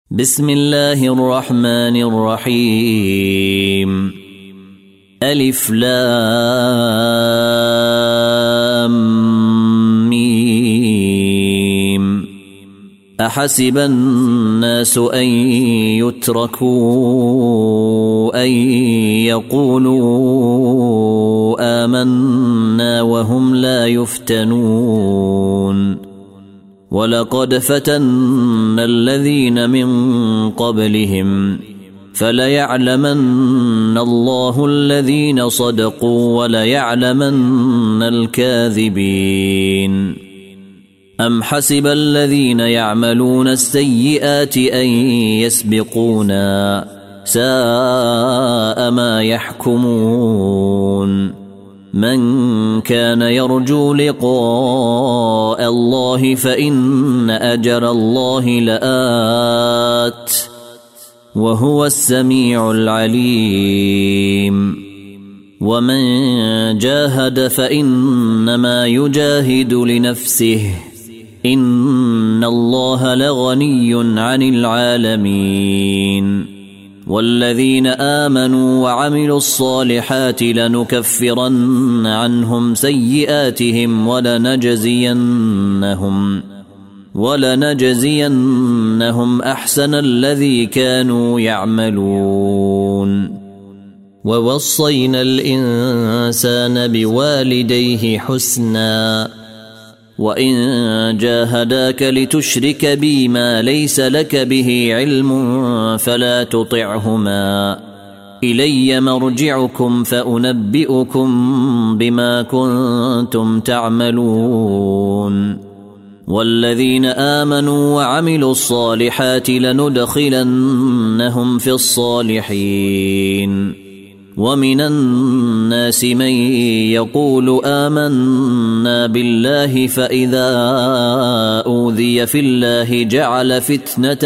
بسم الله الرحمن الرحيم. ألف لام ميم. أحسب الناس أن يتركوا أن يقولوا آمنا وهم لا يفتنون. ولقد فتنا الذين من قبلهم فليعلمن الله الذين صدقوا وليعلمن الكاذبين. أم حسب الذين يعملون السيئات أن يسبقونا ساء ما يحكمون. من كان يرجو لقاء الله فإن أجل الله لآت وهو السميع العليم. ومن جاهد فإنما يجاهد لنفسه إن الله لغني عن العالمين. والذين آمنوا وعملوا الصالحات لنكفرن عنهم سيئاتهم ولنجزينهم أحسن الذي كانوا يعملون. ووصينا الإنسان بوالديه حسنا وإن جاهداك لتشرك بي ما ليس لك به علم فلا تطعهما إلي مرجعكم فأنبئكم بما كنتم تعملون. والذين آمنوا وعملوا الصالحات لندخلنهم في الصالحين. ومن الناس من يقول آمنا بالله فإذا أوذي في الله جعل فتنة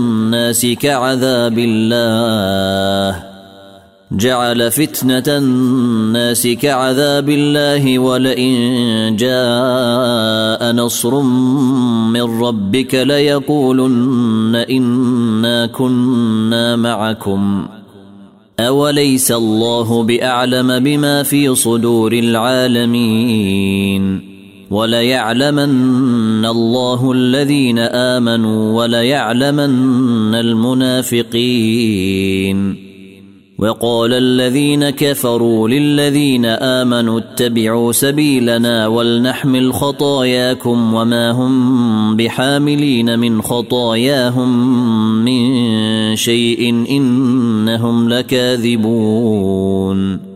الناس كعذاب الله ولئن جاء نصر من ربك ليقولن إنا كنا معكم أوليس الله بأعلم بما في صدور العالمين. وليعلمن الله الذين آمنوا وليعلمن المنافقين. وقال الذين كفروا للذين آمنوا اتبعوا سبيلنا ولنحمل خطاياكم وما هم بحاملين من خطاياهم من شيء إنهم لكاذبون.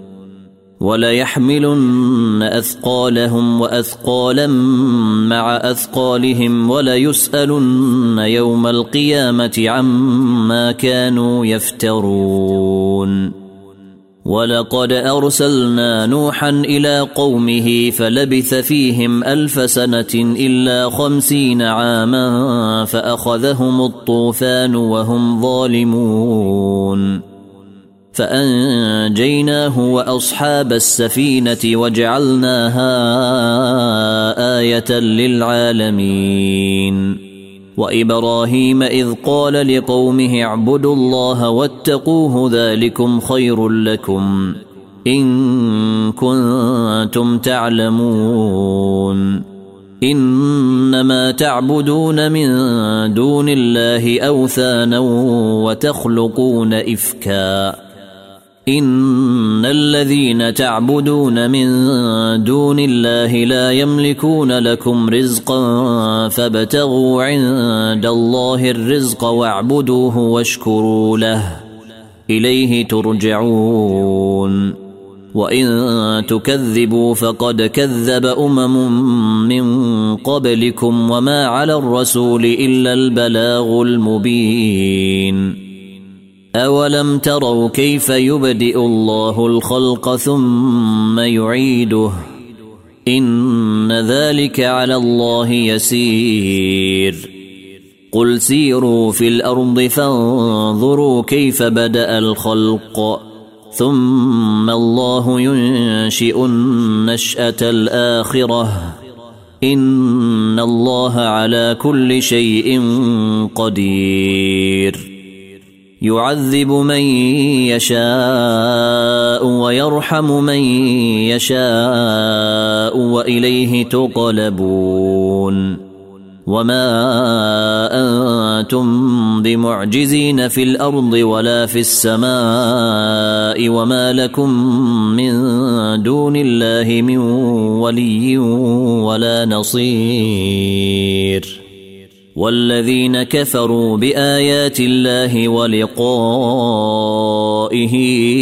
وليحملن أثقالهم وأثقالا مع أثقالهم وليسألن يوم القيامة عما كانوا يفترون. ولقد أرسلنا نوحا إلى قومه فلبث فيهم 1000 سنة إلا 50 عاما فأخذهم الطوفان وهم ظالمون. فأنجيناه وأصحاب السفينة وجعلناها آية للعالمين. وإبراهيم إذ قال لقومه اعبدوا الله واتقوه ذلكم خير لكم إن كنتم تعلمون. إنما تعبدون من دون الله أوثانا وتخلقون إفكا. إن الذين تعبدون من دون الله لا يملكون لكم رزقا فابتغوا عند الله الرزق واعبدوه واشكروا له إليه ترجعون. وإن تكذبوا فقد كذب من قبلكم وما على الرسول إلا البلاغ المبين. أولم تروا كيف يبدئ الله الخلق ثم يعيده إن ذلك على الله يسير. قل سيروا في الأرض فانظروا كيف بدأ الخلق ثم الله ينشئ النشأة الآخرة إن إن الله على كل شيء قدير يعذب من يشاء ويرحم من يشاء وإليه تقلبون وما أنتم بمعجزين في الأرض ولا في السماء وما لكم من دون الله من ولي ولا نصير والذين كفروا بآيات الله ولقائه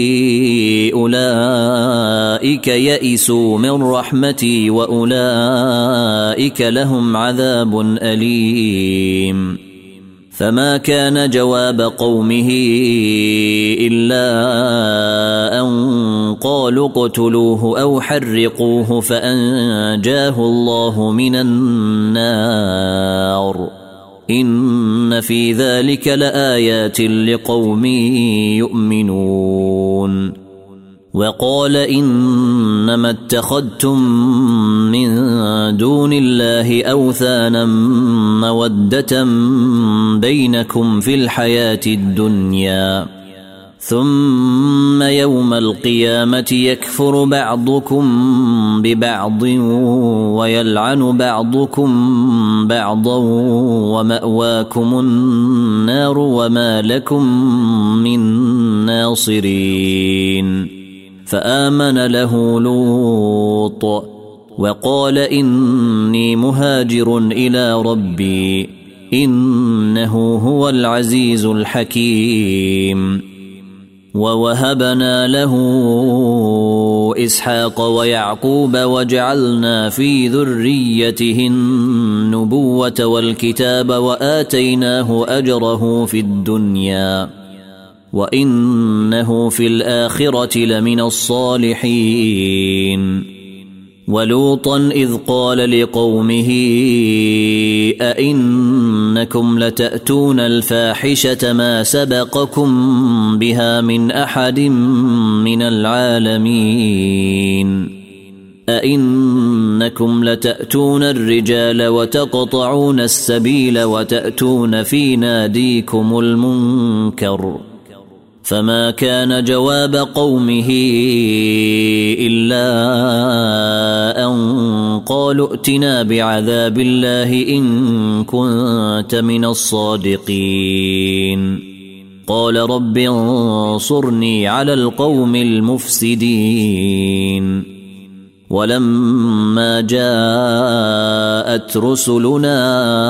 أولئك يئسوا من رحمتي وأولئك لهم عذاب أليم فما كان جواب قومه إلا أن قالوا اقتلوه أو حرقوه فأنجاه الله من النار إن في ذلك لآيات لقوم يؤمنون وقال إنما اتخذتم من دون الله أوثانا مودة بينكم في الحياة الدنيا ثم يوم القيامة يكفر بعضكم ببعض ويلعن بعضكم بعضا ومأواكم النار وما لكم من ناصرين فآمن له لوط وقال إني مهاجر إلى ربي إنه هو العزيز الحكيم ووهبنا له إسحاق ويعقوب وجعلنا في ذريته النبوة والكتاب وآتيناه أجره في الدنيا وإنه في الآخرة لمن الصالحين ولوطا إذ قال لقومه أئنكم لتأتون الفاحشة ما سبقكم بها من أحد من العالمين أئنكم لتأتون الرجال وتقطعون السبيل وتأتون في ناديكم المنكر فما كان جواب قومه إلا أن قالوا ائتنا بعذاب الله إن كنت من الصادقين قال رب انصرني على القوم المفسدين ولما جاءت رسلنا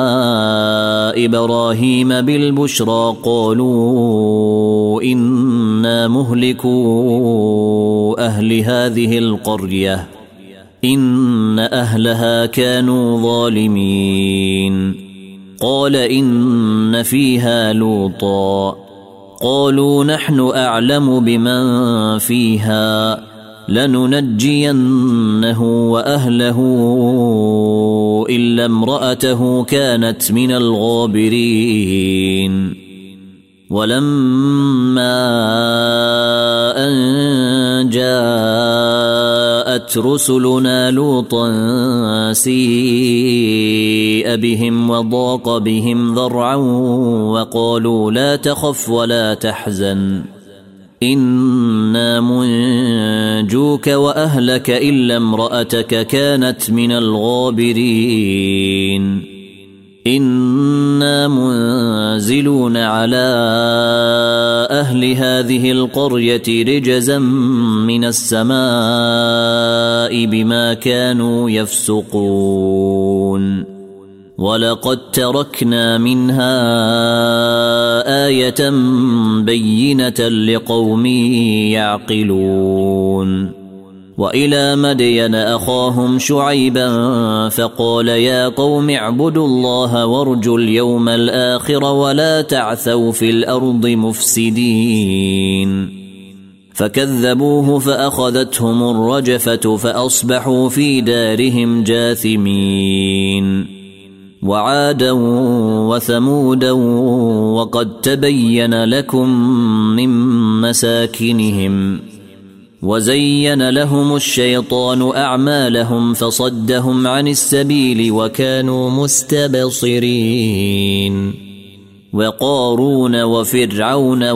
إبراهيم بالبشرى قالوا إنا مهلكو أهل هذه القرية إن أهلها كانوا ظالمين قال إن فيها لوطا قالوا نحن أعلم بمن فيها لننجينه وأهله إلا امرأته كانت من الغابرين ولما أن جاءت رسلنا لوطا سيء بهم وضاق بهم ذرعا وقالوا لا تخف ولا تحزن إنا منجوك وأهلك إلا امرأتك كانت من الغابرين إنا منزلون على أهل هذه القرية رجزا من السماء بما كانوا يفسقون ولقد تركنا منها آية بينة لقوم يعقلون وإلى مدين أخاهم شعيبا فقال يا قوم اعبدوا الله وارجوا اليوم الآخر ولا تعثوا في الأرض مفسدين فكذبوه فأخذتهم الرجفة فأصبحوا في دارهم جاثمين وعادا وثمودا وقد تبين لكم من مساكنهم وزين لهم الشيطان أعمالهم فصدهم عن السبيل وكانوا مستبصرين. وقارون وفرعون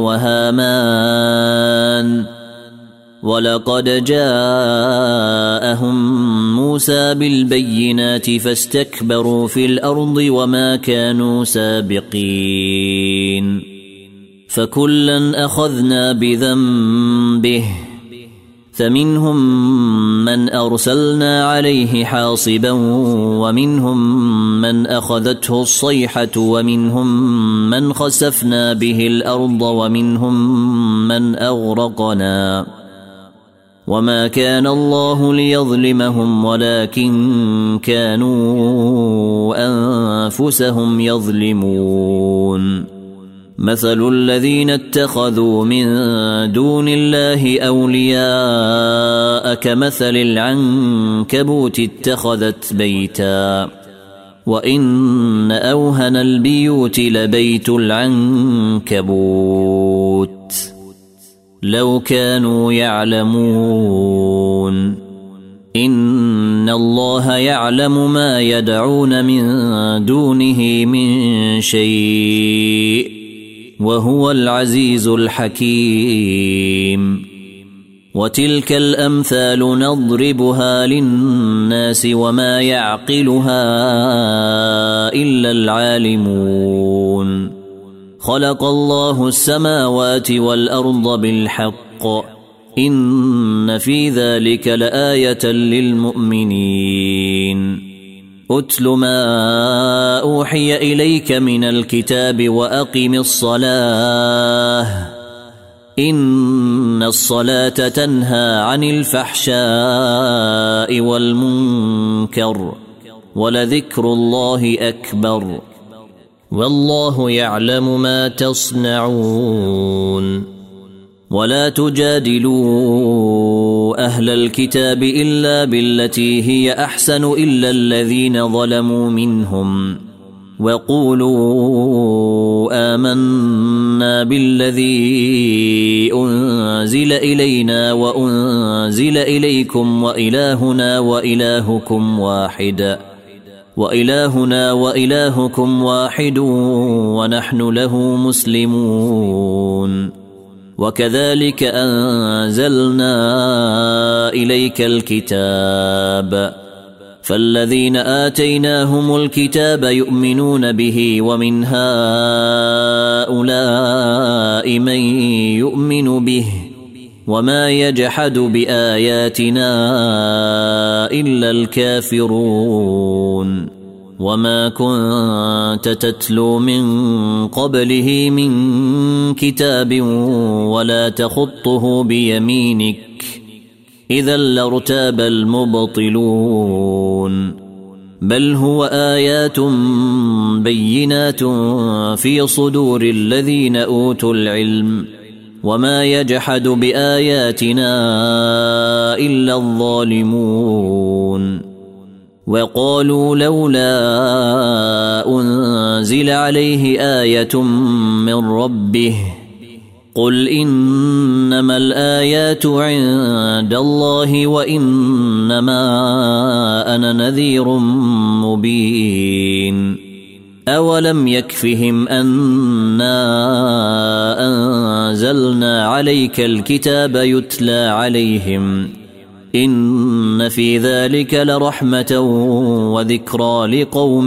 وهامان ولقد جاءهم موسى بالبينات فاستكبروا في الأرض وما كانوا سابقين. فكلا أخذنا بذنبه فمنهم من أرسلنا عليه حاصبا ومنهم من أخذته الصيحة ومنهم من خسفنا به الأرض ومنهم من أغرقنا وما كان الله ليظلمهم ولكن كانوا أنفسهم يظلمون. مثل الذين اتخذوا من دون الله أولياء كمثل العنكبوت اتخذت بيتا وإن أوهن البيوت لبيت العنكبوت لو كانوا يعلمون. إن الله يعلم ما يدعون من دونه من شيء وهو العزيز الحكيم. وتلك الأمثال نضربها للناس وما يعقلها إلا العالمون. خلق الله السماوات والأرض بالحق إن في ذلك لآية للمؤمنين. أتل ما أوحي إليك من الكتاب وأقم الصلاة إن الصلاة تنهى عن الفحشاء والمنكر ولذكر الله أكبر والله يعلم ما تصنعون. ولا تجادلوا أهل الكتاب إلا بالتي هي أحسن إلا الذين ظلموا منهم وقولوا آمنا بالذي أنزل إلينا وأنزل إليكم وإلهنا وإلهكم واحد ونحن له مسلمون. وكذلك أنزلنا إليك الكتاب فالذين آتيناهم الكتاب يؤمنون به ومن هؤلاء من يؤمن به وما يجحد بآياتنا إلا الكافرون. وما كنت تتلو من قبله من كتاب ولا تخطه بيمينك إذا لارتاب المبطلون. بل هو آيات بينات في صدور الذين أوتوا العلم وما يجحد بآياتنا إلا الظالمون. وقالوا لولا أنزل عليه آية من ربه قل إنما الآيات عند الله وإنما أنا نذير مبين. أولم يكفهم أنا أنزلنا عليك الكتاب يتلى عليهم إن في ذلك لرحمة وذكرى لقوم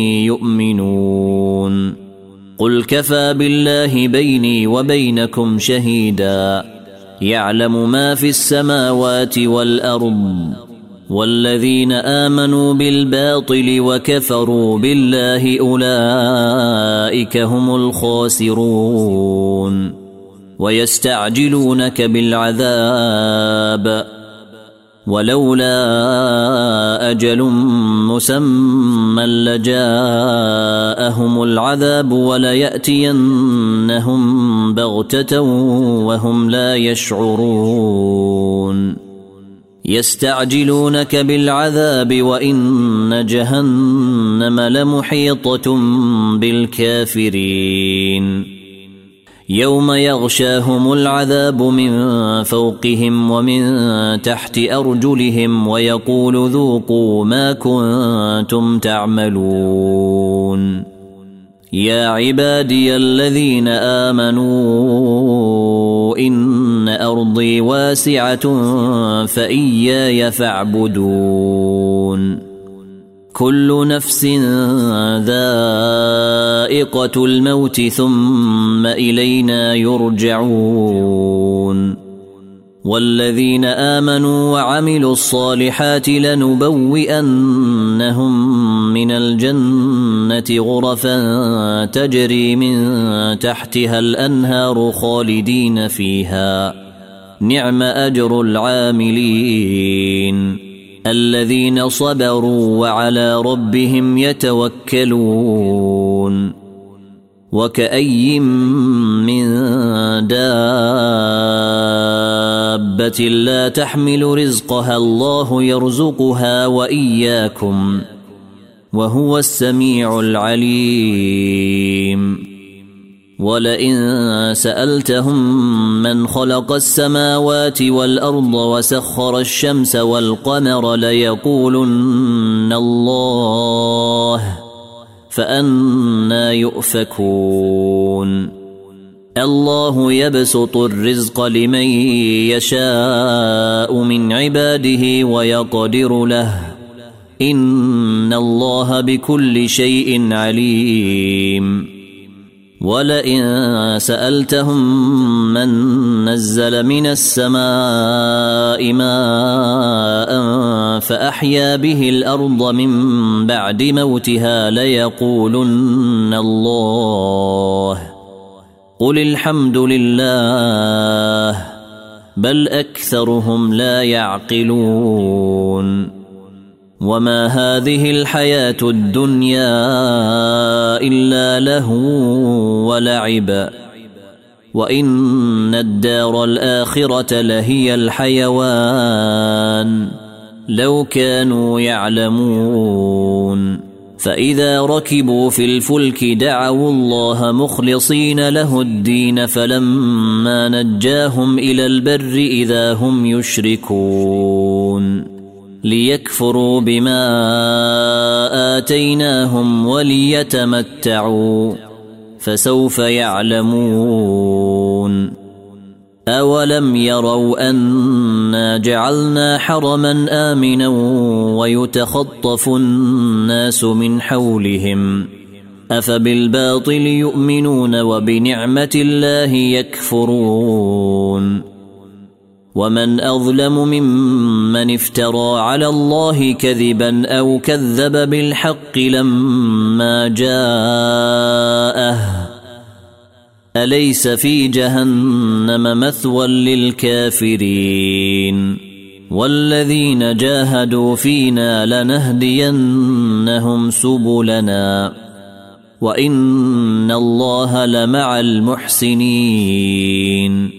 يؤمنون. قل كفى بالله بيني وبينكم شهيدا يعلم ما في السماوات والأرض والذين آمنوا بالباطل وكفروا بالله أولئك هم الخاسرون. ويستعجلونك بالعذاب ولولا أجل مسمى لجاءهم العذاب وليأتينهم بغتة وهم لا يشعرون. يستعجلونك بالعذاب وإن جهنم لمحيطة بالكافرين. يوم يغشاهم العذاب من فوقهم ومن تحت أرجلهم ويقول ذوقوا ما كنتم تعملون يا عبادي الذين آمنوا إن أرضي واسعة فإياي فاعبدون كل نفس ذائقة الموت ثم إلينا يرجعون والذين آمنوا وعملوا الصالحات لنبوئنهم من الجنة غرفا تجري من تحتها الأنهار خالدين فيها نعم أجر العاملين الذين صبروا وعلى ربهم يتوكلون وكأي من دابة لا تحمل رزقها الله يرزقها وإياكم وهو السميع العليم ولئن سألتهم من خلق السماوات والأرض وسخر الشمس والقمر ليقولن الله فأنى يؤفكون الله يبسط الرزق لمن يشاء من عباده ويقدر له إن الله بكل شيء عليم ولئن سألتهم من نزل من السماء ماء فأحيا به الأرض من بعد موتها ليقولن الله قل الحمد لله بل أكثرهم لا يعقلون وما هذه الحياة الدنيا إلا لهو ولعب وإن الدار الآخرة لهي الحيوان لو كانوا يعلمون فإذا ركبوا في الفلك دعوا الله مخلصين له الدين فلما نجاهم إلى البر إذا هم يشركون ليكفروا بما آتيناهم وليتمتعوا فسوف يعلمون أولم يروا أنا جعلنا حرما آمنا ويتخطف الناس من حولهم أفبالباطل يؤمنون وبنعمة الله يكفرون ومن أظلم ممن افترى على الله كذبا أو كذب بالحق لما جاءه أليس في جهنم مثوى للكافرين والذين جاهدوا فينا لنهدينهم سبلنا وإن الله لمع المحسنين